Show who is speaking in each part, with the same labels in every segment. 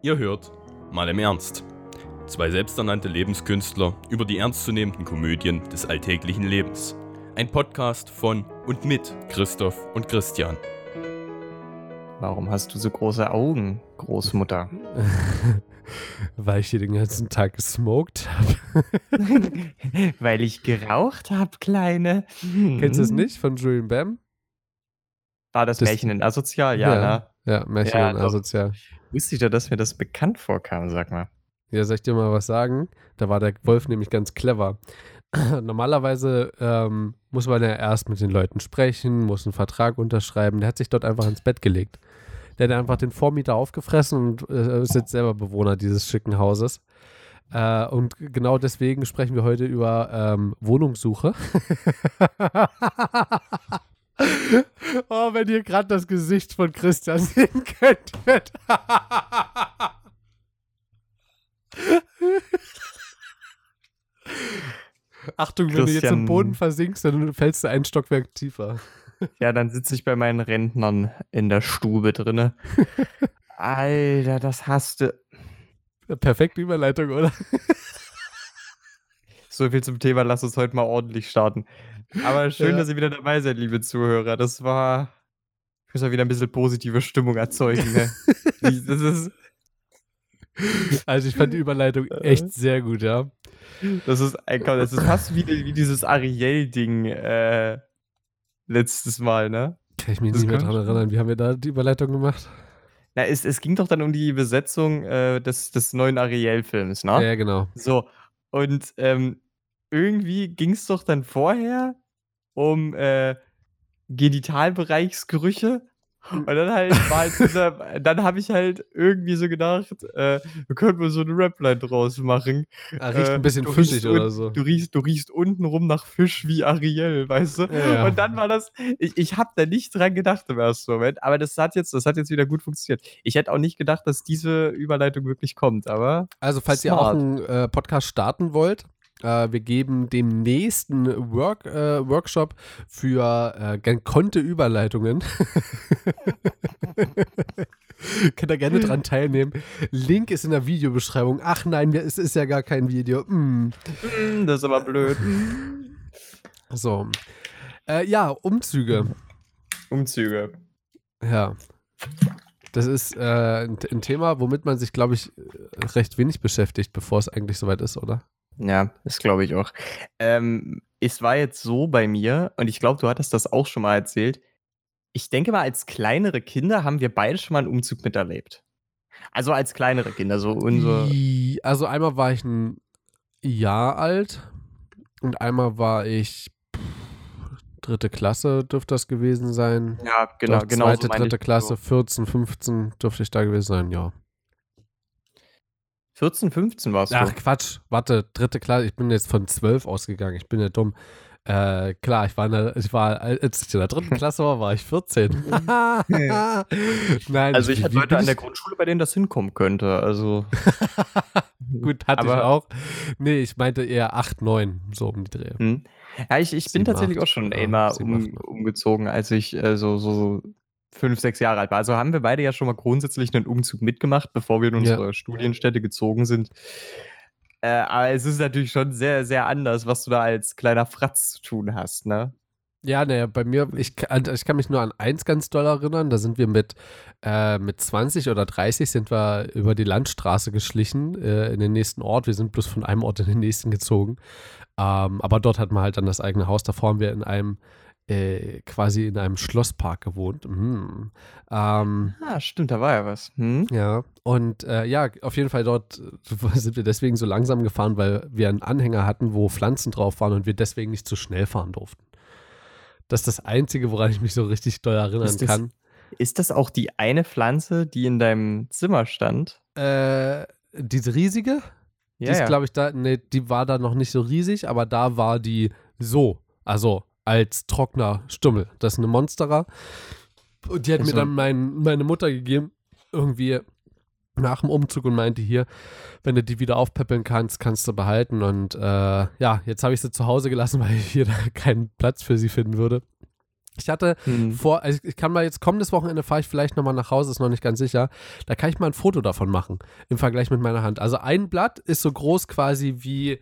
Speaker 1: Ihr hört Mal im Ernst. Zwei selbsternannte Lebenskünstler über die ernstzunehmenden Komödien des alltäglichen Lebens. Ein Podcast von und mit Christoph und Christian.
Speaker 2: Warum hast du so große Augen, Großmutter?
Speaker 3: Weil ich hier den ganzen Tag gesmoked habe.
Speaker 2: Weil ich geraucht habe, Kleine.
Speaker 3: Kennst du es nicht von Julian Bam?
Speaker 2: War das Märchen in Asozial?
Speaker 3: Ja, Märchen
Speaker 2: Ja,
Speaker 3: in
Speaker 2: doch.
Speaker 3: Asozial.
Speaker 2: Wusste ich doch, dass mir das bekannt vorkam, sag mal.
Speaker 3: Ja, soll ich dir mal was sagen? Da war der Wolf nämlich ganz clever. Normalerweise muss man ja erst mit den Leuten sprechen, muss einen Vertrag unterschreiben. Der hat sich dort einfach ins Bett gelegt. Der hat einfach den Vormieter aufgefressen und ist jetzt selber Bewohner dieses schicken Hauses. Und genau deswegen sprechen wir heute über Wohnungssuche. Oh, wenn ihr gerade das Gesicht von Christian sehen könntet. Achtung, wenn du jetzt im Boden versinkst, dann fällst du ein Stockwerk tiefer.
Speaker 2: Ja, dann sitze ich bei meinen Rentnern in der Stube drinne. Alter, das hast du.
Speaker 3: Perfekte Überleitung, oder?
Speaker 2: So viel zum Thema, lass uns heute mal ordentlich starten. Aber schön, dass ihr wieder dabei seid, liebe Zuhörer. Ich muss mal wieder ein bisschen positive Stimmung erzeugen. Ne?
Speaker 3: Also ich fand die Überleitung echt sehr gut, ja.
Speaker 2: Das ist fast wie dieses Ariel-Ding letztes Mal, ne?
Speaker 3: Kann ich mich nicht mehr dran erinnern. Wie haben wir da die Überleitung gemacht?
Speaker 2: Na, es ging doch dann um die Besetzung des neuen Ariel-Films, ne?
Speaker 3: Ja, genau.
Speaker 2: So, und irgendwie ging es doch dann vorher um Genitalbereichsgerüche. Und dann dann habe ich halt irgendwie so gedacht, wir könnten mal so eine Rapline draus machen.
Speaker 3: Riecht ein bisschen fischig oder so.
Speaker 2: Du riechst untenrum nach Fisch wie Ariel, weißt du?
Speaker 3: Ja.
Speaker 2: Und dann war das, ich habe da nicht dran gedacht im ersten Moment, aber das hat jetzt wieder gut funktioniert. Ich hätte auch nicht gedacht, dass diese Überleitung wirklich kommt, aber
Speaker 3: also falls ihr auch einen Podcast starten wollt, wir geben demnächst einen Workshop für gekonnte Überleitungen. Könnt ihr gerne dran teilnehmen. Link ist in der Videobeschreibung. Ach nein, es ist ja gar kein Video.
Speaker 2: Das ist aber blöd.
Speaker 3: So. Umzüge.
Speaker 2: Umzüge.
Speaker 3: Ja. Das ist ein Thema, womit man sich, glaube ich, recht wenig beschäftigt, bevor es eigentlich soweit ist, oder?
Speaker 2: Ja, das glaube ich auch. Es war jetzt so bei mir, und ich glaube, du hattest das auch schon mal erzählt. Ich denke mal, als kleinere Kinder haben wir beide schon mal einen Umzug miterlebt. Also als kleinere Kinder, so unser.
Speaker 3: Also einmal war ich ein Jahr alt und einmal war ich 3. Klasse dürfte das gewesen sein.
Speaker 2: Ja, genau.
Speaker 3: Zweite, 3. Klasse, 14, 15 dürfte ich da gewesen sein, ja.
Speaker 2: 14, 15 warst du.
Speaker 3: Ach Quatsch, warte, 3. Klasse, ich bin jetzt von 12 ausgegangen, ich bin ja dumm. Klar, als ich in der 3. Klasse war ich 14. Nein,
Speaker 2: also ich hatte Leute an der Grundschule, bei denen das hinkommen könnte, also.
Speaker 3: Gut, hatte ich auch. Nee, ich meinte eher 8, 9, so um die Dreh.
Speaker 2: Ja, ich bin tatsächlich auch schon einmal umgezogen, als ich so 5, 6 Jahre alt war. Also haben wir beide ja schon mal grundsätzlich einen Umzug mitgemacht, bevor wir in unsere Studienstätte gezogen sind. Aber es ist natürlich schon sehr, sehr anders, was du da als kleiner Fratz zu tun hast, ne?
Speaker 3: Ja, naja, bei mir, ich kann mich nur an eins ganz doll erinnern, da sind wir mit 20 oder 30 sind wir über die Landstraße geschlichen in den nächsten Ort. Wir sind bloß von einem Ort in den nächsten gezogen. Aber dort hat man halt dann das eigene Haus. Davor haben wir in einem quasi in einem Schlosspark gewohnt.
Speaker 2: Stimmt, da war ja was.
Speaker 3: Ja, und auf jeden Fall dort sind wir deswegen so langsam gefahren, weil wir einen Anhänger hatten, wo Pflanzen drauf waren und wir deswegen nicht zu schnell fahren durften. Das ist das Einzige, woran ich mich so richtig doll erinnern kann.
Speaker 2: Ist das auch die eine Pflanze, die in deinem Zimmer stand?
Speaker 3: Diese riesige?
Speaker 2: Ja,
Speaker 3: die ist, glaube ich, die war da noch nicht so riesig, aber da war die so, also als trockener Stummel. Das ist eine Monstera. Und die hat mir dann meine Mutter gegeben, irgendwie nach dem Umzug und meinte hier, wenn du die wieder aufpäppeln kannst, kannst du behalten. Und jetzt habe ich sie zu Hause gelassen, weil ich hier da keinen Platz für sie finden würde. Ich hatte also ich kann mal jetzt kommendes Wochenende fahre ich vielleicht nochmal nach Hause, ist noch nicht ganz sicher. Da kann ich mal ein Foto davon machen, im Vergleich mit meiner Hand. Also ein Blatt ist so groß quasi wie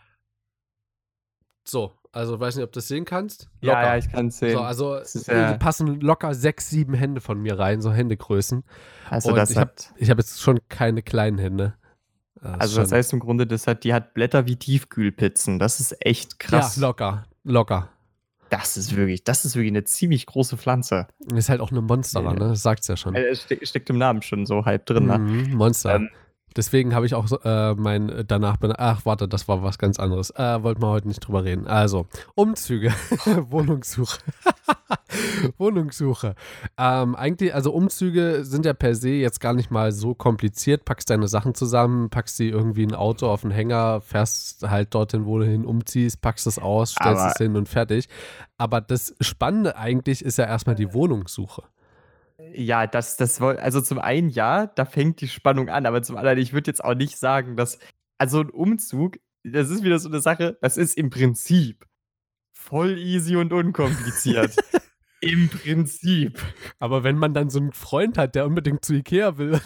Speaker 3: so. Also weiß nicht, ob du das sehen kannst.
Speaker 2: Locker. Ja, ich kann es sehen.
Speaker 3: So, also die passen locker 6, 7 Hände von mir rein, so Händegrößen.
Speaker 2: Also
Speaker 3: und
Speaker 2: das
Speaker 3: ich habe jetzt schon keine kleinen Hände.
Speaker 2: Das heißt im Grunde, die hat Blätter wie Tiefkühlpizzen. Das ist echt krass.
Speaker 3: Ja, locker.
Speaker 2: Das ist wirklich eine ziemlich große Pflanze.
Speaker 3: Ist halt auch eine Monster, ne? Das sagt's ja schon.
Speaker 2: Es steckt im Namen schon so halb drin, ne?
Speaker 3: Monster. Deswegen habe ich auch ach, warte, das war was ganz anderes. Wollten wir heute nicht drüber reden. Also, Umzüge, Wohnungssuche. Wohnungssuche. Eigentlich, also Umzüge sind ja per se jetzt gar nicht mal so kompliziert. Packst deine Sachen zusammen, packst sie irgendwie in ein Auto auf den Hänger, fährst halt dorthin, wo du hin umziehst, packst es aus, stellst es hin und fertig. Aber das Spannende eigentlich ist ja erstmal die Wohnungssuche.
Speaker 2: Ja, also zum einen ja, da fängt die Spannung an, aber zum anderen, ich würde jetzt auch nicht sagen, also ein Umzug, das ist wieder so eine Sache, das ist im Prinzip voll easy und unkompliziert. Im Prinzip.
Speaker 3: Aber wenn man dann so einen Freund hat, der unbedingt zu Ikea will.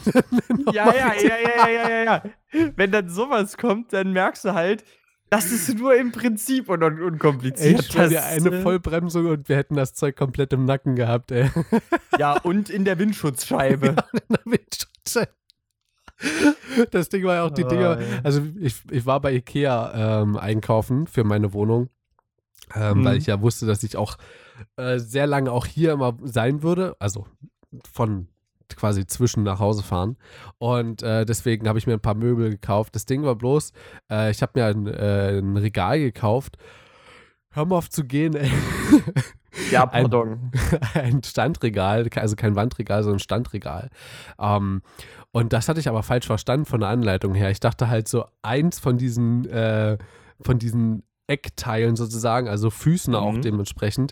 Speaker 2: Ja. Wenn dann sowas kommt, dann merkst du halt, das ist nur im Prinzip und unkompliziert.
Speaker 3: Ich hatte eine Vollbremsung und wir hätten das Zeug komplett im Nacken gehabt, ey.
Speaker 2: Ja, und in der Windschutzscheibe.
Speaker 3: Ja, in der Windschutzscheibe. Das Ding war ja auch die Dinger. Also ich war bei Ikea einkaufen für meine Wohnung, weil ich ja wusste, dass ich auch sehr lange auch hier immer sein würde. Also von quasi zwischen nach Hause fahren. Und deswegen habe ich mir ein paar Möbel gekauft. Das Ding war bloß, ich habe mir ein Regal gekauft. Hör mal auf zu gehen, ey.
Speaker 2: Ja, pardon.
Speaker 3: Ein Standregal, also kein Wandregal, sondern ein Standregal. Und das hatte ich aber falsch verstanden von der Anleitung her. Ich dachte halt so, eins von diesen Eckteilen sozusagen, also Füßen auch dementsprechend,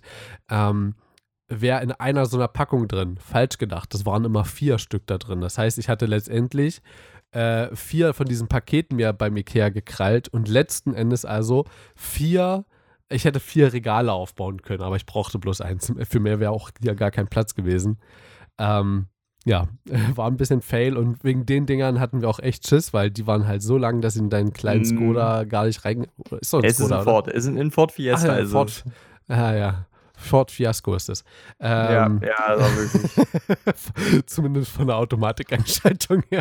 Speaker 3: wäre in einer so einer Packung drin. Falsch gedacht. Das waren immer 4 Stück da drin. Das heißt, ich hatte letztendlich 4 von diesen Paketen mir beim Ikea gekrallt und letzten Endes also 4. Ich hätte 4 Regale aufbauen können, aber ich brauchte bloß eins. Für mehr wäre auch hier gar kein Platz gewesen. Ja, war ein bisschen Fail und wegen den Dingern hatten wir auch echt Schiss, weil die waren halt so lang, dass sie in deinen kleinen Skoda gar nicht rein...
Speaker 2: Ist doch ein Skoda, oder? Es ist ein Ford Fiesta.
Speaker 3: Ach, ja, ja. Ford Fiasco ist es.
Speaker 2: Ja, also wirklich.
Speaker 3: Zumindest von der Automatikeinschaltung her.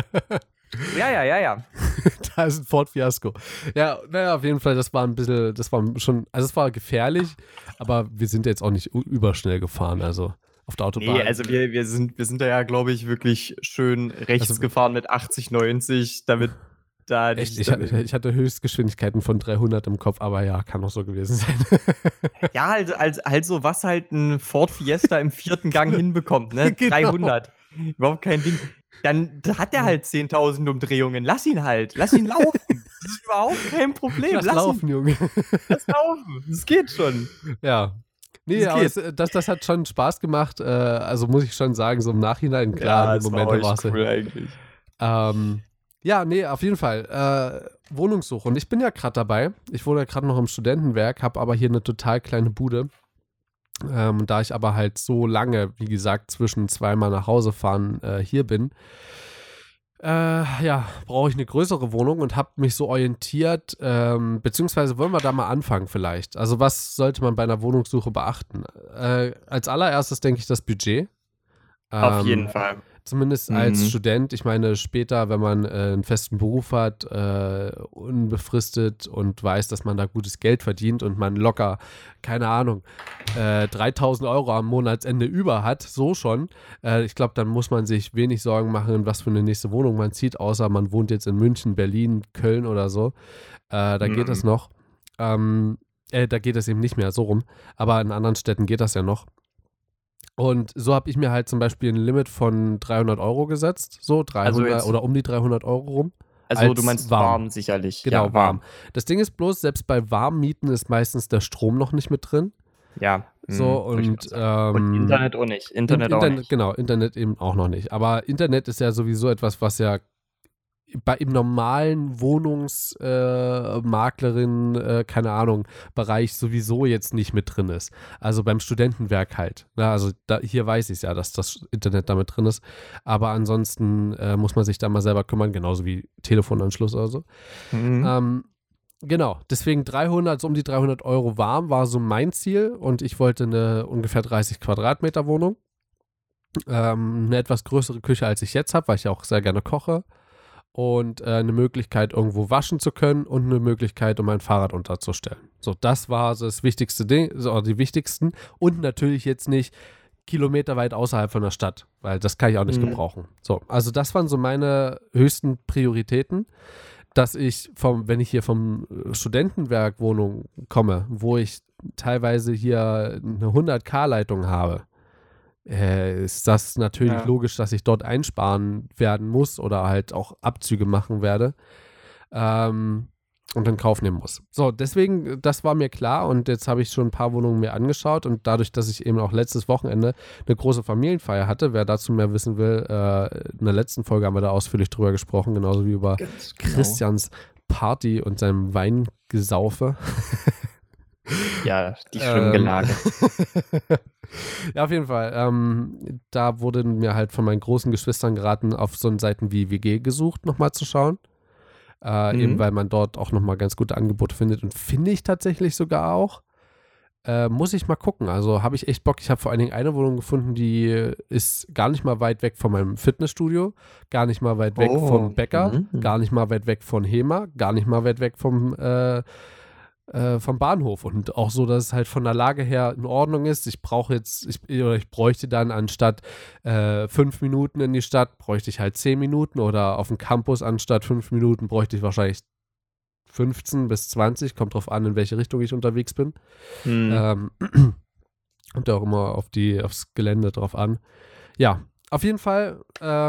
Speaker 2: Ja.
Speaker 3: Da ist ein Ford Fiasco. Ja, naja, auf jeden Fall, das war schon, also es war gefährlich, aber wir sind jetzt auch nicht überschnell gefahren, also auf der Autobahn.
Speaker 2: Nee, also wir sind da ja, glaube ich, wirklich schön rechts gefahren mit 80, 90, damit da...
Speaker 3: Echt? Ich hatte Höchstgeschwindigkeiten von 300 im Kopf, aber ja, kann auch so gewesen sein.
Speaker 2: Ja, also was halt ein Ford Fiesta im 4. Gang hinbekommt, ne? Genau. 300. Überhaupt kein Ding. Dann hat er halt 10.000 Umdrehungen. Lass ihn laufen. Das ist überhaupt kein Problem.
Speaker 3: Lass laufen, Junge.
Speaker 2: Lass laufen. Das geht schon.
Speaker 3: Ja. Nee, aber das hat schon Spaß gemacht. Also muss ich schon sagen, so im Nachhinein, klar,
Speaker 2: ja,
Speaker 3: im Moment war es
Speaker 2: cool eigentlich.
Speaker 3: Ja, nee, auf jeden Fall. Wohnungssuche. Und ich bin ja gerade dabei. Ich wohne ja gerade noch im Studentenwerk, habe aber hier eine total kleine Bude. Da ich aber halt so lange, wie gesagt, zwischen zweimal nach Hause fahren hier bin, brauche ich eine größere Wohnung und habe mich so orientiert, beziehungsweise wollen wir da mal anfangen vielleicht. Also was sollte man bei einer Wohnungssuche beachten? Als allererstes denke ich das Budget.
Speaker 2: Auf jeden Fall.
Speaker 3: Zumindest als Student. Ich meine, später, wenn man einen festen Beruf hat, unbefristet und weiß, dass man da gutes Geld verdient und man locker, keine Ahnung, 3.000 Euro am Monatsende über hat, so schon. Ich glaube, dann muss man sich wenig Sorgen machen, was für eine nächste Wohnung man zieht, außer man wohnt jetzt in München, Berlin, Köln oder so. Da geht es noch. Da geht es eben nicht mehr so rum. Aber in anderen Städten geht das ja noch. Und so habe ich mir halt zum Beispiel ein Limit von 300 Euro gesetzt, so 300 oder um die 300 Euro rum.
Speaker 2: Also du meinst warm sicherlich.
Speaker 3: Genau, ja, warm. Das Ding ist bloß, selbst bei Warmmieten ist meistens der Strom noch nicht mit drin.
Speaker 2: Ja.
Speaker 3: So und
Speaker 2: Internet auch nicht. Internet auch nicht.
Speaker 3: Genau, Internet eben auch noch nicht. Aber Internet ist ja sowieso etwas, was ja im normalen Wohnungsmaklerin, keine Ahnung, Bereich sowieso jetzt nicht mit drin ist. Also beim Studentenwerk halt. Ja, also hier weiß ich ja, dass das Internet damit drin ist. Aber ansonsten muss man sich da mal selber kümmern, genauso wie Telefonanschluss oder so. Genau, deswegen 300, so um die 300 Euro warm war so mein Ziel und ich wollte eine ungefähr 30 Quadratmeter Wohnung. Eine etwas größere Küche, als ich jetzt habe, weil ich ja auch sehr gerne koche. Und eine Möglichkeit, irgendwo waschen zu können und eine Möglichkeit, um mein Fahrrad unterzustellen. So, das war so das wichtigste Ding, so die wichtigsten. Und natürlich jetzt nicht kilometerweit außerhalb von der Stadt, weil das kann ich auch nicht gebrauchen. So, also das waren so meine höchsten Prioritäten, dass ich wenn ich hier vom Studentenwerk Wohnung komme, wo ich teilweise hier eine 100k-Leitung habe, ist das natürlich logisch, dass ich dort einsparen werden muss oder halt auch Abzüge machen werde und in Kauf nehmen muss. So, deswegen, das war mir klar und jetzt habe ich schon ein paar Wohnungen mir angeschaut und dadurch, dass ich eben auch letztes Wochenende eine große Familienfeier hatte, wer dazu mehr wissen will, in der letzten Folge haben wir da ausführlich drüber gesprochen, genauso wie über Christians Party und seinem Weingesaufe.
Speaker 2: Ja, die Schwimmgelage.
Speaker 3: Ja, auf jeden Fall. Da wurde mir halt von meinen großen Geschwistern geraten, auf so Seiten wie WG gesucht, nochmal zu schauen. Eben weil man dort auch nochmal ganz gute Angebote findet und finde ich tatsächlich sogar auch. Muss ich mal gucken. Also habe ich echt Bock. Ich habe vor allen Dingen eine Wohnung gefunden, die ist gar nicht mal weit weg von meinem Fitnessstudio, gar nicht mal weit weg vom Bäcker, gar nicht mal weit weg von HEMA, gar nicht mal weit weg vom Bahnhof und auch so, dass es halt von der Lage her in Ordnung ist. Ich bräuchte dann anstatt 5 Minuten in die Stadt, bräuchte ich halt 10 Minuten oder auf dem Campus anstatt 5 Minuten bräuchte ich wahrscheinlich 15 bis 20, kommt drauf an, in welche Richtung ich unterwegs bin. Kommt ja auch immer aufs Gelände drauf an. Ja, auf jeden Fall,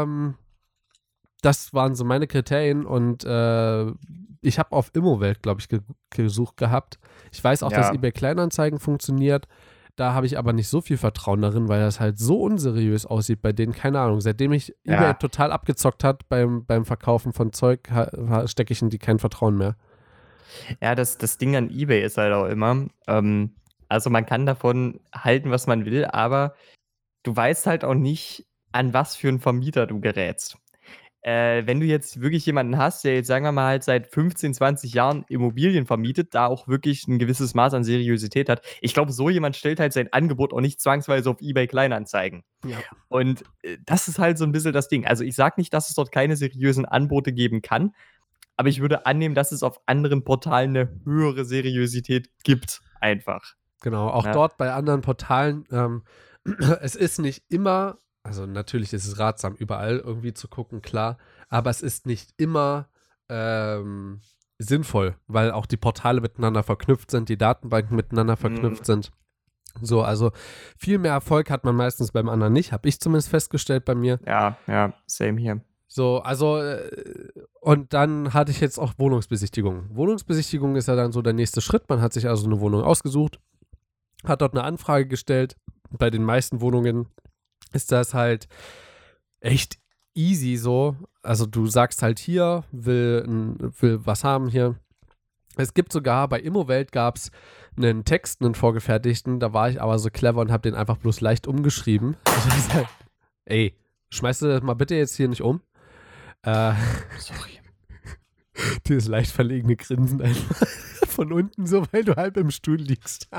Speaker 3: das waren so meine Kriterien und ich habe auf Immowelt, glaube ich, gesucht gehabt. Ich weiß auch, dass eBay Kleinanzeigen funktioniert. Da habe ich aber nicht so viel Vertrauen darin, weil das halt so unseriös aussieht bei denen. Keine Ahnung. Seitdem ich eBay total abgezockt hat beim Verkaufen von Zeug, stecke ich in die kein Vertrauen mehr.
Speaker 2: Ja, das Ding an eBay ist halt auch immer, also man kann davon halten, was man will, aber du weißt halt auch nicht, an was für einen Vermieter du gerätst. Wenn du jetzt wirklich jemanden hast, der jetzt, sagen wir mal, halt seit 15, 20 Jahren Immobilien vermietet, da auch wirklich ein gewisses Maß an Seriosität hat, ich glaube, so jemand stellt halt sein Angebot auch nicht zwangsweise auf eBay Kleinanzeigen.
Speaker 3: Ja.
Speaker 2: Und das ist halt so ein bisschen das Ding. Also ich sage nicht, dass es dort keine seriösen Angebote geben kann, aber ich würde annehmen, dass es auf anderen Portalen eine höhere Seriosität gibt, einfach.
Speaker 3: Genau, auch dort bei anderen Portalen, es ist nicht immer, also natürlich ist es ratsam, überall irgendwie zu gucken, klar, aber es ist nicht immer sinnvoll, weil auch die Portale miteinander verknüpft sind, die Datenbanken miteinander verknüpft sind. So, also viel mehr Erfolg hat man meistens beim anderen nicht, habe ich zumindest festgestellt bei mir.
Speaker 2: Ja, same hier.
Speaker 3: So, also, und dann hatte ich jetzt auch Wohnungsbesichtigung. Wohnungsbesichtigung ist ja dann so der nächste Schritt. Man hat sich also eine Wohnung ausgesucht, hat dort eine Anfrage gestellt. Bei den meisten Wohnungen ist das halt echt easy so. Also du sagst halt hier, will was haben hier. Es gibt sogar, bei Immowelt gab es einen Text, einen vorgefertigten, da war ich aber so clever und habe den einfach bloß leicht umgeschrieben. Ich halt, ey, schmeißt du das mal bitte jetzt hier nicht um?
Speaker 2: Sorry.
Speaker 3: Dieses leicht verlegene Grinsen einfach von unten, so weil du halb im Stuhl liegst.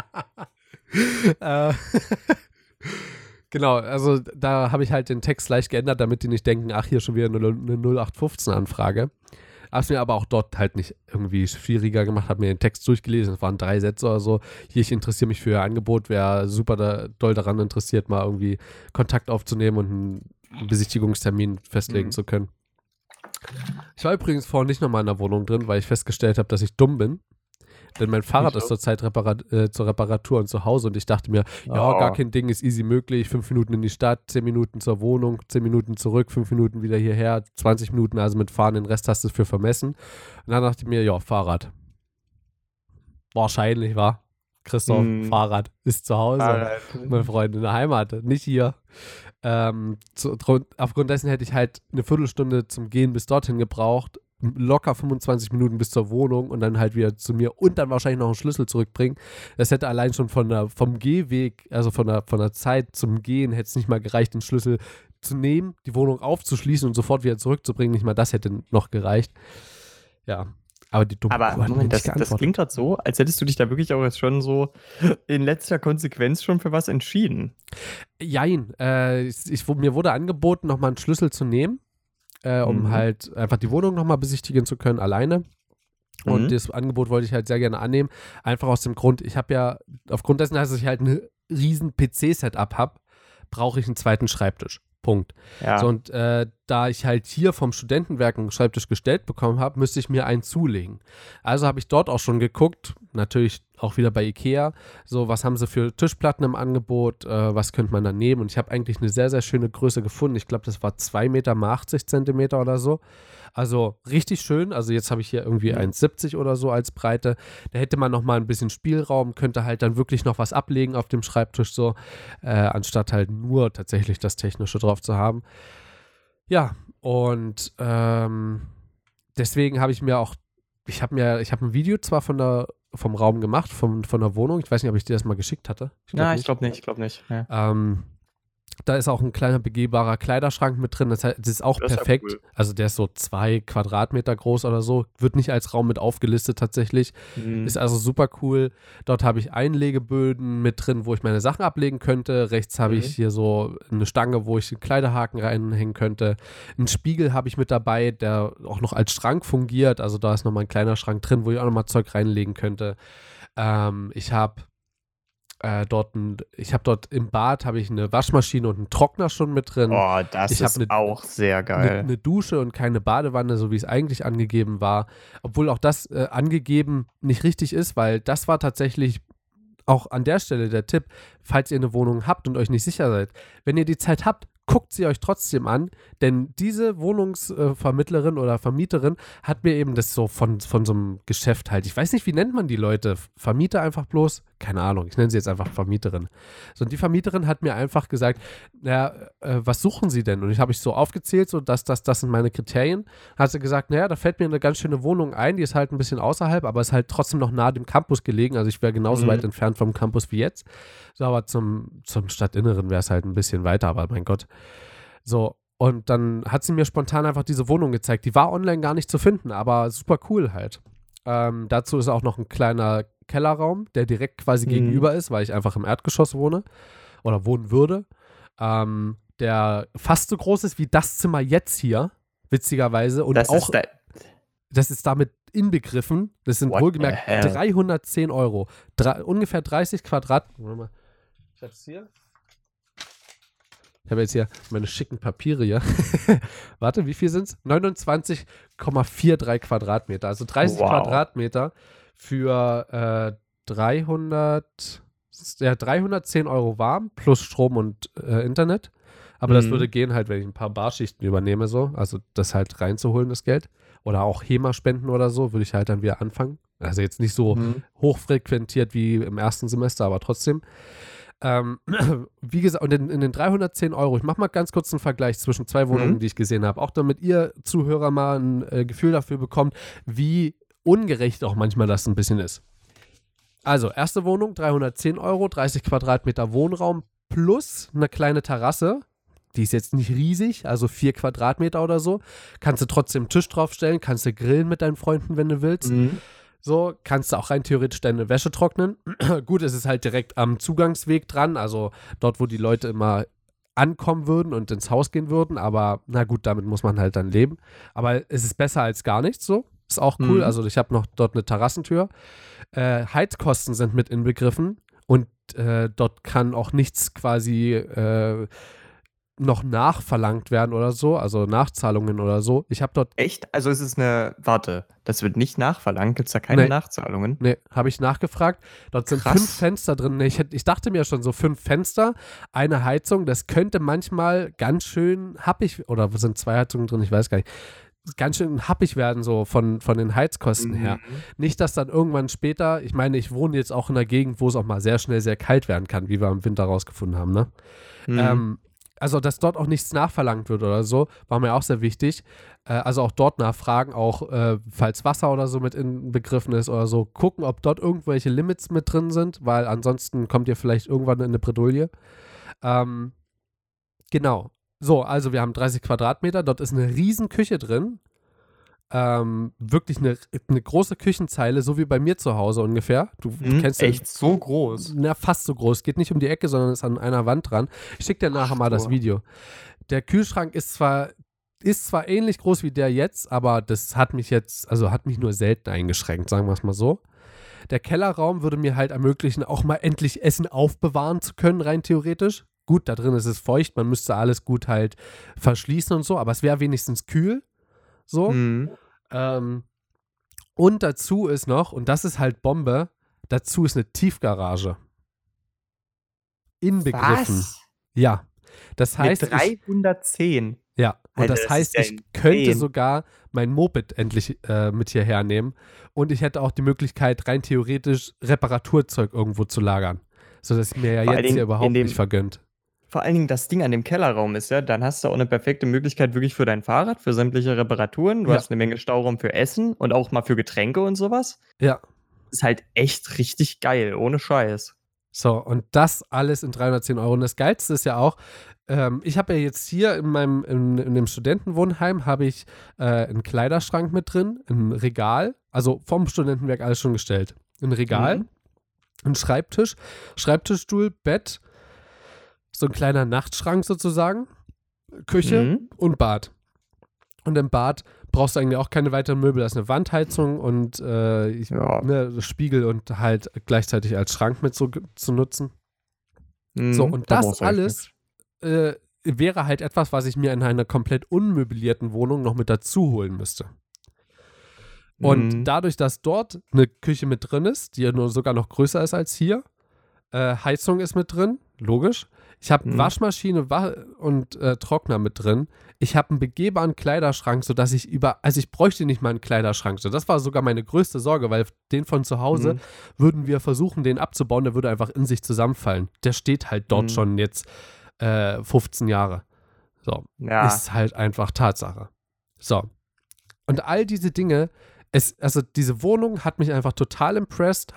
Speaker 3: Genau, also da habe ich halt den Text leicht geändert, damit die nicht denken, ach, hier schon wieder eine 0815-Anfrage. Habe es mir aber auch dort halt nicht irgendwie schwieriger gemacht, habe mir den Text durchgelesen, es waren 3 Sätze oder so. Hier, ich interessiere mich für Ihr Angebot, wäre super doll daran interessiert, mal irgendwie Kontakt aufzunehmen und einen Besichtigungstermin festlegen zu können. Ich war übrigens vorhin nicht nochmal in der Wohnung drin, weil ich festgestellt habe, dass ich dumm bin. Denn mein Fahrrad ist zurzeit zur Reparatur und zu Hause und ich dachte mir, gar kein Ding, ist easy möglich. 5 Minuten in die Stadt, 10 Minuten zur Wohnung, 10 Minuten zurück, 5 Minuten wieder hierher, 20 Minuten also mit Fahren, den Rest hast du für vermessen. Und dann dachte ich mir, Fahrrad. Wahrscheinlich, Christoph, Fahrrad ist zu Hause. Meine Freunde in der Heimat, nicht hier. Aufgrund dessen hätte ich halt eine Viertelstunde zum Gehen bis dorthin gebraucht, locker 25 Minuten bis zur Wohnung und dann halt wieder zu mir und dann wahrscheinlich noch einen Schlüssel zurückbringen. Das hätte allein schon vom Gehweg, also von der Zeit zum Gehen, hätte es nicht mal gereicht, den Schlüssel zu nehmen, die Wohnung aufzuschließen und sofort wieder zurückzubringen. Nicht mal das hätte noch gereicht. Ja, aber die dumme
Speaker 2: Aber Moment, das klingt gerade so, als hättest du dich da wirklich auch jetzt schon so in letzter Konsequenz schon für was entschieden.
Speaker 3: Jein. Mir wurde angeboten, nochmal einen Schlüssel zu nehmen, um halt einfach die Wohnung nochmal besichtigen zu können, alleine. Und das Angebot wollte ich halt sehr gerne annehmen. Einfach aus dem Grund, ich habe ja, aufgrund dessen, dass ich halt ein riesen PC-Setup habe, brauche ich einen zweiten Schreibtisch. Punkt.
Speaker 2: Ja.
Speaker 3: So, und da ich halt hier vom Studentenwerk einen Schreibtisch gestellt bekommen habe, müsste ich mir einen zulegen. Also habe ich dort auch schon geguckt, natürlich auch wieder bei Ikea, so was haben sie für Tischplatten im Angebot, was könnte man da nehmen, und ich habe eigentlich eine sehr, sehr schöne Größe gefunden. Ich glaube, das war 2 Meter mal 80 Zentimeter oder so. Also richtig schön. Also jetzt habe ich hier irgendwie 1,70 oder so als Breite. Da hätte man noch mal ein bisschen Spielraum, könnte halt dann wirklich noch was ablegen auf dem Schreibtisch so, anstatt halt nur tatsächlich das Technische drauf zu haben. Ja, und deswegen habe ich mir auch, ich habe ein Video zwar vom Raum gemacht, von der Wohnung. Ich weiß nicht, ob ich dir das mal geschickt hatte.
Speaker 2: Ich glaube nicht. Ja.
Speaker 3: Da ist auch ein kleiner begehbarer Kleiderschrank mit drin. Das ist auch
Speaker 2: das
Speaker 3: perfekt.
Speaker 2: Ist ja cool.
Speaker 3: Also der ist so 2 Quadratmeter groß oder so. Wird nicht als Raum mit aufgelistet tatsächlich. Ist also super cool. Dort habe ich Einlegeböden mit drin, wo ich meine Sachen ablegen könnte. Rechts habe ich hier so eine Stange, wo ich einen Kleiderhaken reinhängen könnte. Einen Spiegel habe ich mit dabei, der auch noch als Schrank fungiert. Also da ist nochmal ein kleiner Schrank drin, wo ich auch nochmal Zeug reinlegen könnte. Ich habe dort im Bad habe ich eine Waschmaschine und einen Trockner schon mit drin.
Speaker 2: Oh, das ist auch sehr geil.
Speaker 3: Eine Dusche und keine Badewanne, so wie es eigentlich angegeben war. Obwohl auch das angegeben nicht richtig ist, weil das war tatsächlich auch an der Stelle der Tipp, falls ihr eine Wohnung habt und euch nicht sicher seid. Wenn ihr die Zeit habt, guckt sie euch trotzdem an, denn diese Wohnungsvermittlerin oder Vermieterin hat mir eben das so von so einem Geschäft halt, ich weiß nicht, wie nennt man die Leute? Vermieter einfach bloß? Keine Ahnung, ich nenne sie jetzt einfach Vermieterin. So, und die Vermieterin hat mir einfach gesagt, naja, was suchen Sie denn? Und ich habe so aufgezählt, so das sind meine Kriterien. Hat sie gesagt, naja, da fällt mir eine ganz schöne Wohnung ein, die ist halt ein bisschen außerhalb, aber ist halt trotzdem noch nah dem Campus gelegen, also ich wäre genauso weit entfernt vom Campus wie jetzt. So, aber zum Stadtinneren wäre es halt ein bisschen weiter, aber mein Gott. So, und dann hat sie mir spontan einfach diese Wohnung gezeigt. Die war online gar nicht zu finden, aber super cool halt. Dazu ist auch noch ein kleiner Kellerraum, der direkt quasi gegenüber ist, weil ich einfach im Erdgeschoss wohne oder wohnen würde. Der fast so groß ist wie das Zimmer jetzt hier, witzigerweise. Und das ist damit inbegriffen. Das sind wohlgemerkt 310 €. Ungefähr 30 Quadrat. Warte mal. Ich habe jetzt hier meine schicken Papiere hier. Warte, wie viel sind es? 29,43 Quadratmeter. Also 30 Quadratmeter für 310 € warm plus Strom und Internet. Aber das würde gehen halt, wenn ich ein paar Barschichten übernehme, so. Also das halt reinzuholen, das Geld. Oder auch HEMA-Spenden oder so, würde ich halt dann wieder anfangen. Also jetzt nicht so hochfrequentiert wie im ersten Semester, aber trotzdem. Wie gesagt, und in den 310 €, ich mache mal ganz kurz einen Vergleich zwischen 2 Wohnungen, die ich gesehen habe, auch damit ihr Zuhörer mal ein Gefühl dafür bekommt, wie ungerecht auch manchmal das ein bisschen ist. Also, erste Wohnung, 310 €, 30 Quadratmeter Wohnraum plus eine kleine Terrasse. Die ist jetzt nicht riesig, also 4 Quadratmeter oder so. Kannst du trotzdem einen Tisch draufstellen, kannst du grillen mit deinen Freunden, wenn du willst. So, kannst du auch rein theoretisch deine Wäsche trocknen. Gut, es ist halt direkt am Zugangsweg dran, also dort, wo die Leute immer ankommen würden und ins Haus gehen würden, aber na gut, damit muss man halt dann leben. Aber es ist besser als gar nichts, so. Ist auch cool, also ich habe noch dort eine Terrassentür. Heizkosten sind mit inbegriffen und dort kann auch nichts quasi noch nachverlangt werden oder so, also Nachzahlungen oder so. Ich habe dort...
Speaker 2: Echt? Also ist es das wird nicht nachverlangt? Gibt es da keine Nachzahlungen?
Speaker 3: Nee, habe ich nachgefragt. Dort sind 5 Fenster drin. Ich dachte mir schon so 5 Fenster, eine Heizung, das könnte manchmal ganz schön happig, oder sind 2 Heizungen drin, ich weiß gar nicht. ganz schön happig werden, so von den Heizkosten her. Nicht, dass dann irgendwann später, ich meine, ich wohne jetzt auch in einer Gegend, wo es auch mal sehr schnell sehr kalt werden kann, wie wir im Winter rausgefunden haben, ne? Also, dass dort auch nichts nachverlangt wird oder so, war mir auch sehr wichtig. Also auch dort nachfragen, auch falls Wasser oder so mit inbegriffen ist oder so, gucken, ob dort irgendwelche Limits mit drin sind, weil ansonsten kommt ihr vielleicht irgendwann in eine Bredouille. Genau. So, also wir haben 30 Quadratmeter, dort ist eine riesen Küche drin. Wirklich eine große Küchenzeile, so wie bei mir zu Hause ungefähr. Du kennst
Speaker 2: echt so groß?
Speaker 3: Na, fast so groß. Geht nicht um die Ecke, sondern ist an einer Wand dran. Ich schicke dir nachher mal das Video. Der Kühlschrank ist zwar ähnlich groß wie der jetzt, aber das hat mich nur selten eingeschränkt, sagen wir es mal so. Der Kellerraum würde mir halt ermöglichen, auch mal endlich Essen aufbewahren zu können, rein theoretisch. Gut, da drin ist es feucht, man müsste alles gut halt verschließen und so, aber es wäre wenigstens kühl. So. Und dazu ist noch, und das ist halt Bombe, dazu ist eine Tiefgarage. Inbegriffen.
Speaker 2: Was?
Speaker 3: Ja. Das heißt,
Speaker 2: mit 310.
Speaker 3: Ja, und
Speaker 2: Alter,
Speaker 3: das heißt, ich könnte sogar mein Moped endlich mit hierher nehmen und ich hätte auch die Möglichkeit, rein theoretisch Reparaturzeug irgendwo zu lagern, sodass mir ja jetzt hier überhaupt nicht vergönnt.
Speaker 2: Vor allen Dingen das Ding an dem Kellerraum ist ja, dann hast du auch eine perfekte Möglichkeit wirklich für dein Fahrrad, für sämtliche Reparaturen. Du hast eine Menge Stauraum für Essen und auch mal für Getränke und sowas.
Speaker 3: Ja.
Speaker 2: Ist halt echt richtig geil, ohne Scheiß.
Speaker 3: So, und das alles in 310 Euro. Und das Geilste ist ja auch, ich habe ja jetzt hier in dem Studentenwohnheim habe ich einen Kleiderschrank mit drin, ein Regal, also vom Studentenwerk alles schon gestellt. Ein Regal, ein Schreibtisch, Schreibtischstuhl, Bett, so ein kleiner Nachtschrank sozusagen, Küche und Bad. Und im Bad brauchst du eigentlich auch keine weiteren Möbel. Da ist eine Wandheizung und Spiegel und halt gleichzeitig als Schrank mit so zu nutzen. So, und das alles wäre halt etwas, was ich mir in einer komplett unmöblierten Wohnung noch mit dazu holen müsste. Und dadurch, dass dort eine Küche mit drin ist, die ja nur sogar noch größer ist als hier, Heizung ist mit drin, logisch. Ich habe Waschmaschine und Trockner mit drin. Ich habe einen begehbaren Kleiderschrank, sodass ich ich bräuchte nicht mal einen Kleiderschrank. So, das war sogar meine größte Sorge, weil den von zu Hause würden wir versuchen, den abzubauen, der würde einfach in sich zusammenfallen. Der steht halt dort schon jetzt 15 Jahre. So, ist halt einfach Tatsache. So, und all diese Dinge, diese Wohnung hat mich einfach total impressed,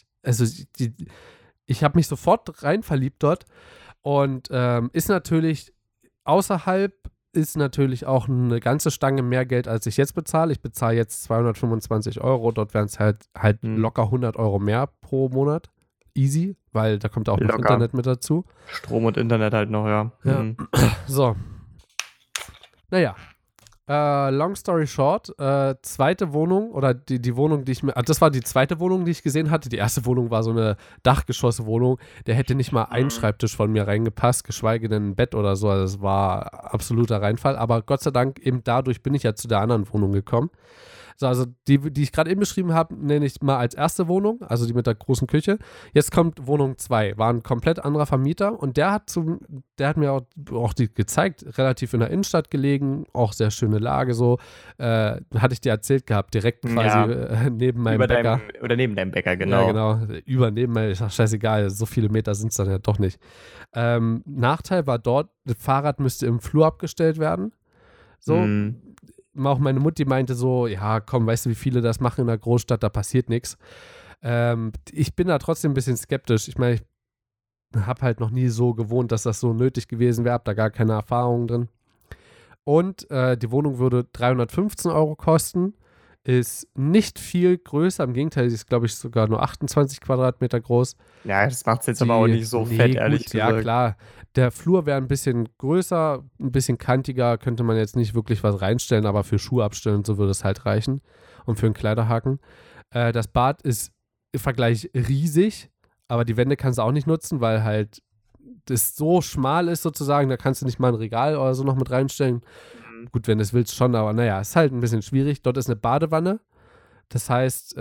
Speaker 3: ich habe mich sofort rein verliebt dort. Und ist natürlich außerhalb auch eine ganze Stange mehr Geld, als ich jetzt bezahle. Ich bezahle jetzt 225 Euro, dort wären es halt locker 100 Euro mehr pro Monat. Easy, weil da kommt auch noch Internet mit dazu.
Speaker 2: Strom und Internet halt noch, ja.
Speaker 3: So. Naja. Long story short, zweite Wohnung oder die Wohnung, das war die zweite Wohnung, die ich gesehen hatte. Die erste Wohnung war so eine Dachgeschosswohnung. Der hätte nicht mal ein Schreibtisch von mir reingepasst, geschweige denn ein Bett oder so. Also das war absoluter Reinfall. Aber Gott sei Dank, eben dadurch bin ich ja zu der anderen Wohnung gekommen. So, also die ich gerade eben beschrieben habe, nenne ich mal als erste Wohnung, also die mit der großen Küche. Jetzt kommt Wohnung 2, war ein komplett anderer Vermieter und der hat mir auch die gezeigt, relativ in der Innenstadt gelegen, auch sehr schöne Lage so. Hatte ich dir erzählt gehabt, direkt quasi neben meinem Bäcker.
Speaker 2: Neben deinem Bäcker, genau.
Speaker 3: Ja, genau. Neben meinem, scheißegal, so viele Meter sind es dann ja doch nicht. Nachteil war dort, das Fahrrad müsste im Flur abgestellt werden. So. Auch meine Mutti meinte so, ja komm, weißt du, wie viele das machen in der Großstadt, da passiert nichts. Ich bin da trotzdem ein bisschen skeptisch. Ich meine, ich habe halt noch nie so gewohnt, dass das so nötig gewesen wäre, habe da gar keine Erfahrung drin. Und die Wohnung würde 315 Euro kosten, ist nicht viel größer, im Gegenteil, sie ist glaube ich sogar nur 28 Quadratmeter groß.
Speaker 2: Ja, das macht es jetzt aber auch nicht so fett, ehrlich gesagt.
Speaker 3: Ja, klar. Der Flur wäre ein bisschen größer, ein bisschen kantiger, könnte man jetzt nicht wirklich was reinstellen, aber für Schuhe abstellen und so würde es halt reichen und für einen Kleiderhaken. Das Bad ist im Vergleich riesig, aber die Wände kannst du auch nicht nutzen, weil halt das so schmal ist sozusagen, da kannst du nicht mal ein Regal oder so noch mit reinstellen. Gut, wenn du es willst schon, aber naja, ist halt ein bisschen schwierig. Dort ist eine Badewanne, das heißt,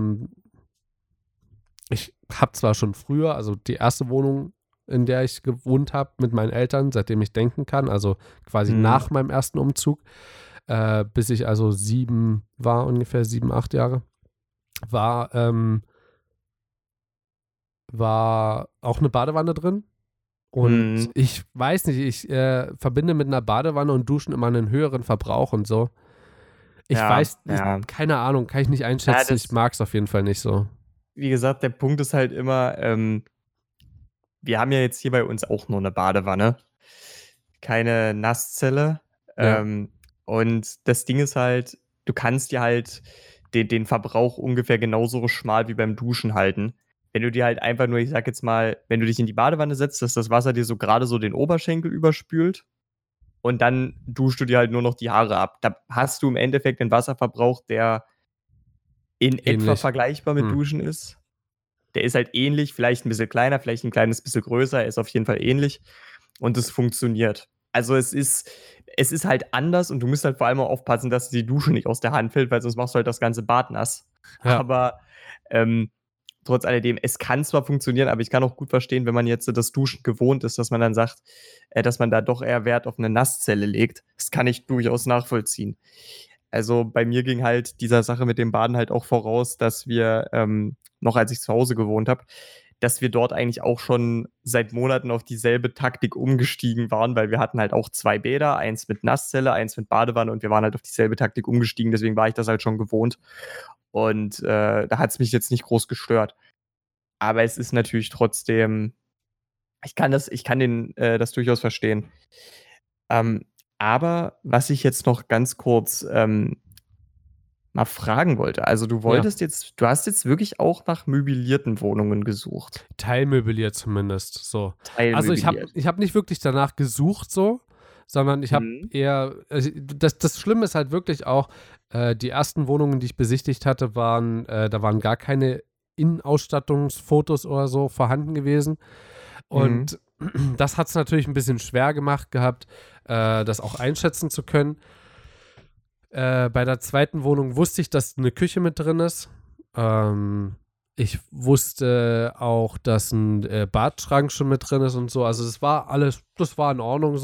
Speaker 3: ich habe zwar schon früher, also die erste Wohnung, in der ich gewohnt habe mit meinen Eltern, seitdem ich denken kann, also quasi nach meinem ersten Umzug, bis ich also 7 war, ungefähr 7, 8 Jahre, war auch eine Badewanne drin. Und ich weiß nicht, ich verbinde mit einer Badewanne und Duschen immer einen höheren Verbrauch und so. Ich weiß nicht, keine Ahnung, kann ich nicht einschätzen. Ich mag es auf jeden Fall nicht so.
Speaker 2: Wie gesagt, der Punkt ist halt immer, wir haben ja jetzt hier bei uns auch nur eine Badewanne. Keine Nasszelle.
Speaker 3: Ja.
Speaker 2: Und das Ding ist halt, du kannst dir halt den Verbrauch ungefähr genauso schmal wie beim Duschen halten. Wenn du dir halt einfach nur, ich sag jetzt mal, wenn du dich in die Badewanne setzt, dass das Wasser dir so gerade so den Oberschenkel überspült und dann duschst du dir halt nur noch die Haare ab. Da hast du im Endeffekt einen Wasserverbrauch, der in etwa vergleichbar mit Duschen ist. Der ist halt ähnlich, vielleicht ein bisschen kleiner, vielleicht ein kleines bisschen größer, er ist auf jeden Fall ähnlich und es funktioniert. Also es ist halt anders und du musst halt vor allem auch aufpassen, dass die Dusche nicht aus der Hand fällt, weil sonst machst du halt das ganze Bad nass.
Speaker 3: Ja.
Speaker 2: Aber trotz alledem, es kann zwar funktionieren, aber ich kann auch gut verstehen, wenn man jetzt das Duschen gewohnt ist, dass man dann sagt, dass man da doch eher Wert auf eine Nasszelle legt. Das kann ich durchaus nachvollziehen. Also bei mir ging halt dieser Sache mit dem Baden halt auch voraus, dass wir, noch als ich zu Hause gewohnt habe, dass wir dort eigentlich auch schon seit Monaten auf dieselbe Taktik umgestiegen waren, weil wir hatten halt auch 2 Bäder, eins mit Nasszelle, eins mit Badewanne und wir waren halt auf dieselbe Taktik umgestiegen, deswegen war ich das halt schon gewohnt. Und da hat es mich jetzt nicht groß gestört. Aber es ist natürlich trotzdem, ich kann das durchaus verstehen. Aber was ich jetzt noch ganz kurz mal fragen wollte, also du hast jetzt wirklich auch nach möblierten Wohnungen gesucht.
Speaker 3: Teilmöbliert zumindest, so.
Speaker 2: Teilmöbliert.
Speaker 3: Also ich hab nicht wirklich danach gesucht, so, sondern ich habe eher, das Schlimme ist halt wirklich auch, die ersten Wohnungen, die ich besichtigt hatte, da waren gar keine Innenausstattungsfotos oder so vorhanden gewesen. Und das hat es natürlich ein bisschen schwer gemacht gehabt, das auch einschätzen zu können. Bei der zweiten Wohnung wusste ich, dass eine Küche mit drin ist. Ich wusste auch, dass ein Badschrank schon mit drin ist und so. Also das war in Ordnung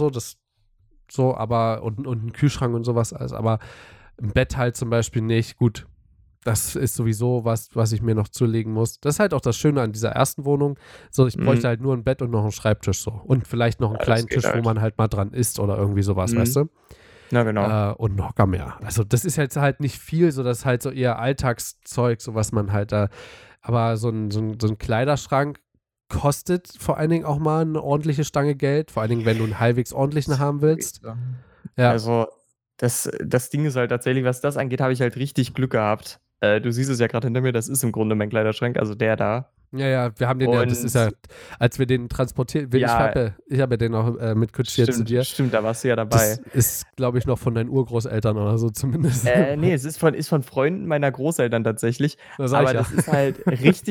Speaker 3: so, aber und ein Kühlschrank und sowas alles. Aber ein Bett halt zum Beispiel nicht. Gut, das ist sowieso was ich mir noch zulegen muss. Das ist halt auch das Schöne an dieser ersten Wohnung. So, ich bräuchte halt nur ein Bett und noch einen Schreibtisch so. Und vielleicht noch einen kleinen Tisch, wo man halt mal dran isst oder irgendwie sowas, weißt du?
Speaker 2: Na genau.
Speaker 3: Und noch gar mehr. Also das ist jetzt halt nicht viel, so das ist halt so eher Alltagszeug, so was man halt da, aber so ein Kleiderschrank kostet vor allen Dingen auch mal eine ordentliche Stange Geld, vor allen Dingen, wenn du einen halbwegs ordentlichen haben willst.
Speaker 2: Ja. Also das Ding ist halt tatsächlich, was das angeht, habe ich halt richtig Glück gehabt. Du siehst es ja gerade hinter mir, das ist im Grunde mein Kleiderschrank, also der da.
Speaker 3: Ja, wir haben den das ist ja, als wir den transportiert, ich habe ja den auch mitkutschiert zu dir.
Speaker 2: Stimmt, da warst du ja dabei.
Speaker 3: Das ist, glaube ich, noch von deinen Urgroßeltern oder so zumindest.
Speaker 2: Nee, es ist von Freunden meiner Großeltern tatsächlich. Aber das ist halt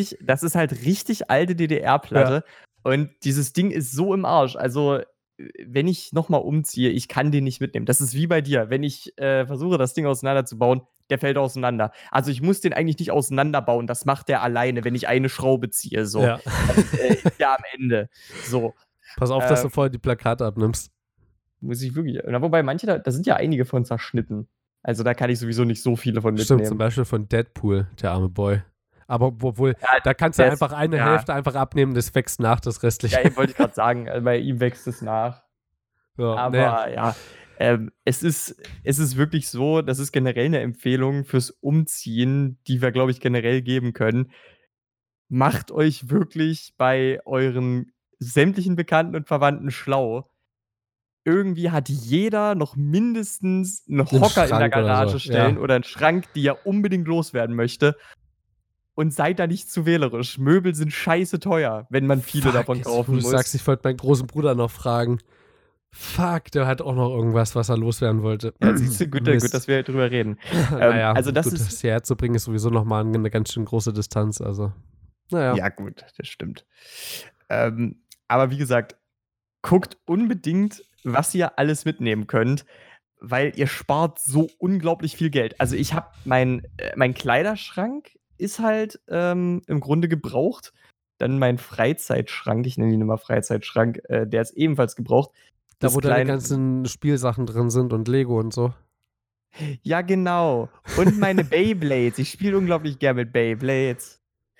Speaker 2: richtig alte DDR-Platte. Ja. Und dieses Ding ist so im Arsch. Also, wenn ich nochmal umziehe, ich kann den nicht mitnehmen. Das ist wie bei dir. Wenn ich versuche, das Ding auseinanderzubauen, der fällt auseinander. Also ich muss den eigentlich nicht auseinanderbauen. Das macht der alleine, wenn ich eine Schraube ziehe. So. Ja. Ja, am Ende. So.
Speaker 3: Pass auf, dass du vorher die Plakate abnimmst.
Speaker 2: Muss ich wirklich. Na, wobei manche, da sind ja einige von zerschnitten. Also da kann ich sowieso nicht so viele von mitnehmen.
Speaker 3: Stimmt, zum Beispiel von Deadpool, der arme Boy. Aber obwohl, da kannst du einfach eine Hälfte einfach abnehmen, das wächst nach, das restliche.
Speaker 2: Ja, wollte ich gerade sagen, bei ihm wächst es nach. Ja, aber ja, es ist wirklich so, das ist generell eine Empfehlung fürs Umziehen, die wir, glaube ich, generell geben können. Macht euch wirklich bei euren sämtlichen Bekannten und Verwandten schlau. Irgendwie hat jeder noch mindestens einen Hocker in der Garage stellen oder einen Schrank, die er unbedingt loswerden möchte. Und seid da nicht zu wählerisch. Möbel sind scheiße teuer, wenn man viele davon kaufen muss.
Speaker 3: Du sagst, ich wollte meinen großen Bruder noch fragen. Fuck, der hat auch noch irgendwas, was er loswerden wollte.
Speaker 2: Gut, dass wir drüber reden.
Speaker 3: Naja, also das hierher zu bringen, ist sowieso nochmal eine ganz schön große Distanz. Also, naja.
Speaker 2: Ja, gut, das stimmt. Aber wie gesagt, guckt unbedingt, was ihr alles mitnehmen könnt, weil ihr spart so unglaublich viel Geld. Also ich habe mein Kleiderschrank ist halt im Grunde gebraucht. Dann mein Freizeitschrank, ich nenne ihn immer Freizeitschrank, der ist ebenfalls gebraucht.
Speaker 3: Da, wo deine ganzen Spielsachen drin sind und Lego und so.
Speaker 2: Ja, genau. Und meine Beyblades. Ich spiele unglaublich gern mit Beyblades.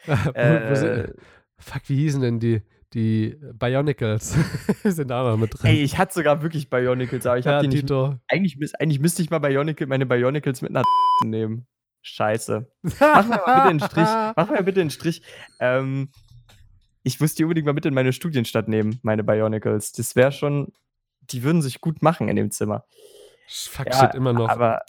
Speaker 3: Fuck, wie hießen denn die Bionicles? Sind da auch noch mit drin.
Speaker 2: Ey, ich hatte sogar wirklich Bionicles, aber ich habe die nicht.
Speaker 3: Tito.
Speaker 2: Eigentlich müsste ich mal meine Bionicles mit einer nehmen. Scheiße. Mach mal bitte einen Strich. Ich muss die unbedingt mal mit in meine Studienstadt nehmen, meine Bionicles. Das wäre schon, die würden sich gut machen in dem Zimmer.
Speaker 3: Fuck, ja, steht immer noch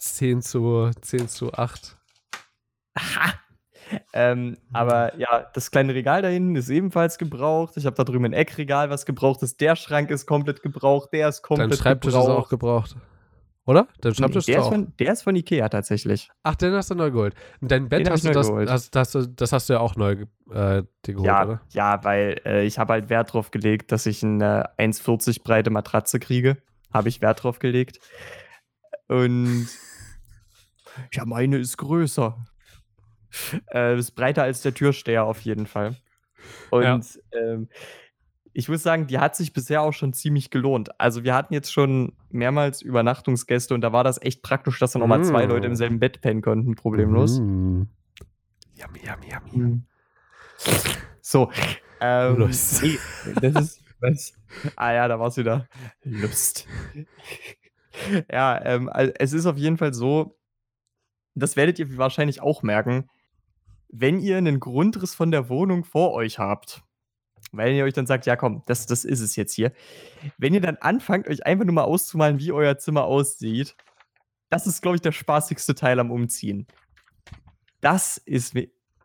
Speaker 3: 10:8.
Speaker 2: Aha. Aber ja, das kleine Regal da hinten ist ebenfalls gebraucht. Ich habe da drüben ein Eckregal, was gebraucht ist. Der Schrank ist komplett gebraucht. Der ist komplett gebraucht.
Speaker 3: Dein Schreibtisch ist auch gebraucht. Oder? Dein Schreibtisch
Speaker 2: ist auch. Der ist von Ikea tatsächlich.
Speaker 3: Ach, den hast du neu geholt. Und dein Bett das hast du ja auch neu geholt, oder?
Speaker 2: Ja, weil ich habe halt Wert drauf gelegt, dass ich eine 1,40 breite Matratze kriege. Habe ich Wert drauf gelegt. Und ja, meine ist größer. Ist breiter als der Türsteher auf jeden Fall. Und ich muss sagen, die hat sich bisher auch schon ziemlich gelohnt. Also wir hatten jetzt schon mehrmals Übernachtungsgäste und da war das echt praktisch, dass dann nochmal 2 Leute im selben Bett pennen konnten, problemlos.
Speaker 3: Yummy.
Speaker 2: So.
Speaker 3: Lust.
Speaker 2: Nee, das ist was. Ah ja, da war's wieder. Lust. Ja, es ist auf jeden Fall so, das werdet ihr wahrscheinlich auch merken, wenn ihr einen Grundriss von der Wohnung vor euch habt, weil ihr euch dann sagt, ja komm, das ist es jetzt hier. Wenn ihr dann anfangt, euch einfach nur mal auszumalen, wie euer Zimmer aussieht, das ist, glaube ich, der spaßigste Teil am Umziehen. Das ist...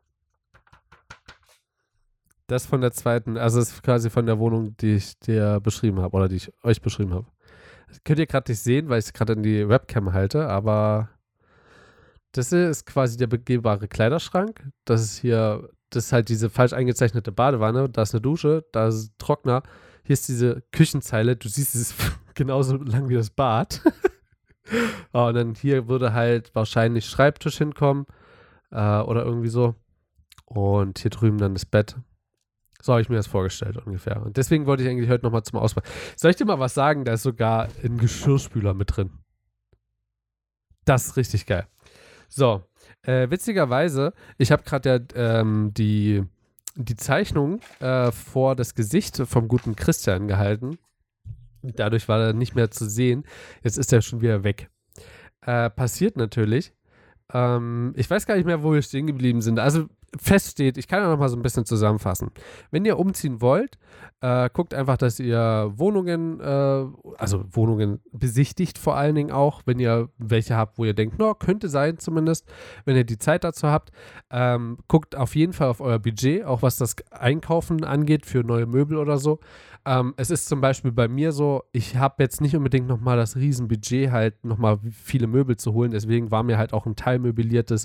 Speaker 3: Das von der zweiten, also das ist quasi von der Wohnung, die ich dir beschrieben habe, oder die ich euch beschrieben habe. Das könnt ihr gerade nicht sehen, weil ich es gerade in die Webcam halte, aber das hier ist quasi der begehbare Kleiderschrank. Das ist halt diese falsch eingezeichnete Badewanne. Da ist eine Dusche, da ist ein Trockner. Hier ist diese Küchenzeile. Du siehst, es ist genauso lang wie das Bad. Und dann hier würde halt wahrscheinlich Schreibtisch hinkommen oder irgendwie so. Und hier drüben dann das Bett. So habe ich mir das vorgestellt ungefähr. Und deswegen wollte ich eigentlich heute nochmal zum Auswahl. Soll ich dir mal was sagen? Da ist sogar ein Geschirrspüler mit drin. Das ist richtig geil. So, witzigerweise, ich habe gerade die Zeichnung vor das Gesicht vom guten Christian gehalten. Dadurch war er nicht mehr zu sehen. Jetzt ist er schon wieder weg. Passiert natürlich. Ich weiß gar nicht mehr, wo wir stehen geblieben sind. Also feststeht, ich kann ja noch mal so ein bisschen zusammenfassen. Wenn ihr umziehen wollt, guckt einfach, dass ihr Wohnungen besichtigt vor allen Dingen auch, wenn ihr welche habt, wo ihr denkt, könnte sein zumindest, wenn ihr die Zeit dazu habt. Guckt auf jeden Fall auf euer Budget, auch was das Einkaufen angeht für neue Möbel oder so. Es ist zum Beispiel bei mir so, ich habe jetzt nicht unbedingt nochmal das Riesenbudget, halt nochmal viele Möbel zu holen, deswegen war mir halt auch ein teilmöbliertes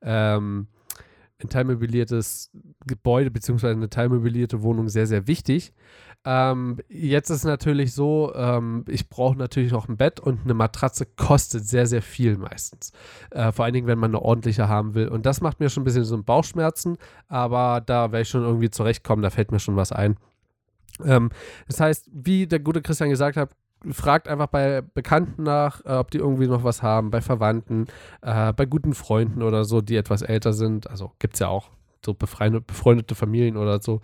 Speaker 3: Gebäude bzw. eine teilmöblierte Wohnung sehr, sehr wichtig. Jetzt ist es natürlich so, ich brauche natürlich noch ein Bett und eine Matratze kostet sehr, sehr viel meistens. Vor allen Dingen, wenn man eine ordentliche haben will. Und das macht mir schon ein bisschen so Bauchschmerzen, aber da werde ich schon irgendwie zurechtkommen, da fällt mir schon was ein. Das heißt, wie der gute Christian gesagt hat, fragt einfach bei Bekannten nach, ob die irgendwie noch was haben, bei Verwandten, bei guten Freunden oder so, die etwas älter sind. Also gibt es ja auch so befreundete Familien oder so.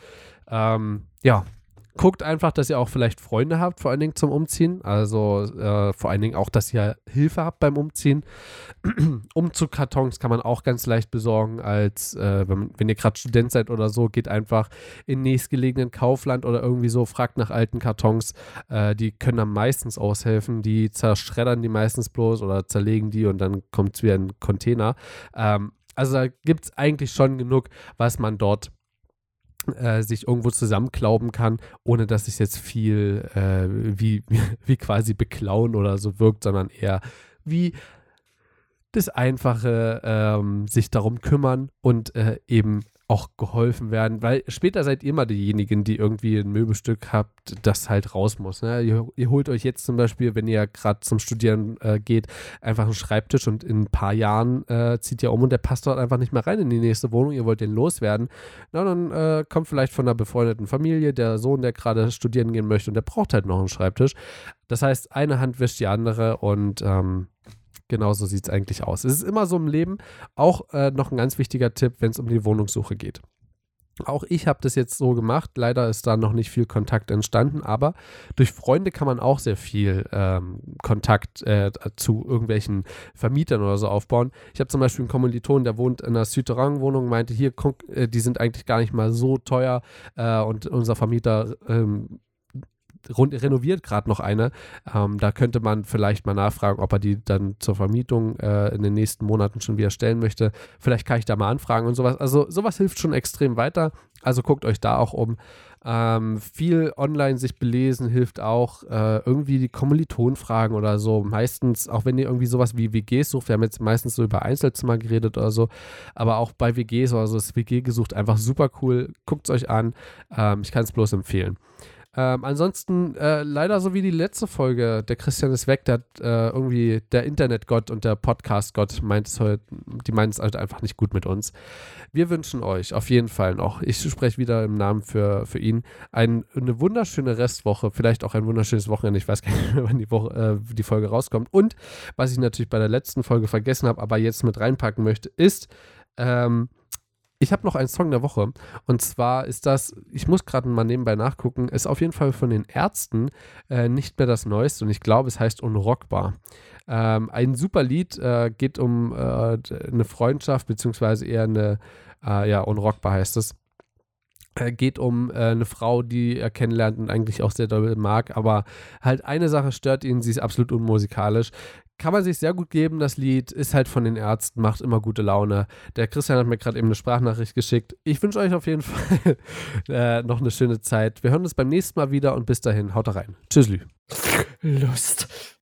Speaker 3: Guckt einfach, dass ihr auch vielleicht Freunde habt, vor allen Dingen zum Umziehen. Also vor allen Dingen auch, dass ihr Hilfe habt beim Umziehen. Umzugkartons kann man auch ganz leicht besorgen, als wenn ihr gerade Student seid oder so, geht einfach in nächstgelegenen Kaufland oder irgendwie so, fragt nach alten Kartons. Die können dann meistens aushelfen. Die zerschreddern die meistens bloß oder zerlegen die und dann kommt es wieder in einen Container. Also da gibt es eigentlich schon genug, was man dort sich irgendwo zusammenklauben kann, ohne dass es jetzt viel wie quasi beklauen oder so wirkt, sondern eher wie das einfache sich darum kümmern und eben auch geholfen werden, weil später seid ihr mal diejenigen, die irgendwie ein Möbelstück habt, das halt raus muss. Ne? Ihr holt euch jetzt zum Beispiel, wenn ihr gerade zum Studieren geht, einfach einen Schreibtisch und in ein paar Jahren zieht ihr um und der passt dort einfach nicht mehr rein in die nächste Wohnung, ihr wollt den loswerden. Na, dann kommt vielleicht von einer befreundeten Familie der Sohn, der gerade studieren gehen möchte und der braucht halt noch einen Schreibtisch. Das heißt, eine Hand wäscht die andere und genauso sieht es eigentlich aus. Es ist immer so im Leben. Auch noch ein ganz wichtiger Tipp, wenn es um die Wohnungssuche geht. Auch ich habe das jetzt so gemacht. Leider ist da noch nicht viel Kontakt entstanden, aber durch Freunde kann man auch sehr viel Kontakt zu irgendwelchen Vermietern oder so aufbauen. Ich habe zum Beispiel einen Kommiliton, der wohnt in einer Südterrain-Wohnung, meinte, hier, guck, die sind eigentlich gar nicht mal so teuer und unser Vermieter renoviert gerade noch eine. Da könnte man vielleicht mal nachfragen, ob er die dann zur Vermietung in den nächsten Monaten schon wieder stellen möchte. Vielleicht kann ich da mal anfragen und sowas. Also sowas hilft schon extrem weiter. Also guckt euch da auch um. Viel online sich belesen hilft auch. Irgendwie die Kommilitonen fragen oder so. Meistens, auch wenn ihr irgendwie sowas wie WGs sucht, wir haben jetzt meistens so über Einzelzimmer geredet oder so, aber auch bei WGs oder so ist WG gesucht einfach super cool. Guckt es euch an. Ich kann es bloß empfehlen. Ansonsten, leider so wie die letzte Folge, der Christian ist weg, der hat irgendwie der Internetgott und der Podcast-Gott die meinen es halt einfach nicht gut mit uns. Wir wünschen euch auf jeden Fall noch, ich spreche wieder im Namen für ihn, eine wunderschöne Restwoche, vielleicht auch ein wunderschönes Wochenende, ich weiß gar nicht mehr, wann die Folge rauskommt. Und was ich natürlich bei der letzten Folge vergessen habe, aber jetzt mit reinpacken möchte, ist, ich habe noch einen Song der Woche und zwar ist das, ich muss gerade mal nebenbei nachgucken, ist auf jeden Fall von den Ärzten nicht mehr das Neueste und ich glaube, es heißt Unrockbar. Ein super Lied, geht um eine Freundschaft, beziehungsweise eher Unrockbar heißt es. Geht um eine Frau, die er kennenlernt und eigentlich auch sehr doll mag, aber halt eine Sache stört ihn, sie ist absolut unmusikalisch. Kann man sich sehr gut geben, das Lied, ist halt von den Ärzten, macht immer gute Laune. Der Christian hat mir gerade eben eine Sprachnachricht geschickt. Ich wünsche euch auf jeden Fall noch eine schöne Zeit. Wir hören uns beim nächsten Mal wieder und bis dahin, haut rein. Tschüsslü.
Speaker 2: Lust.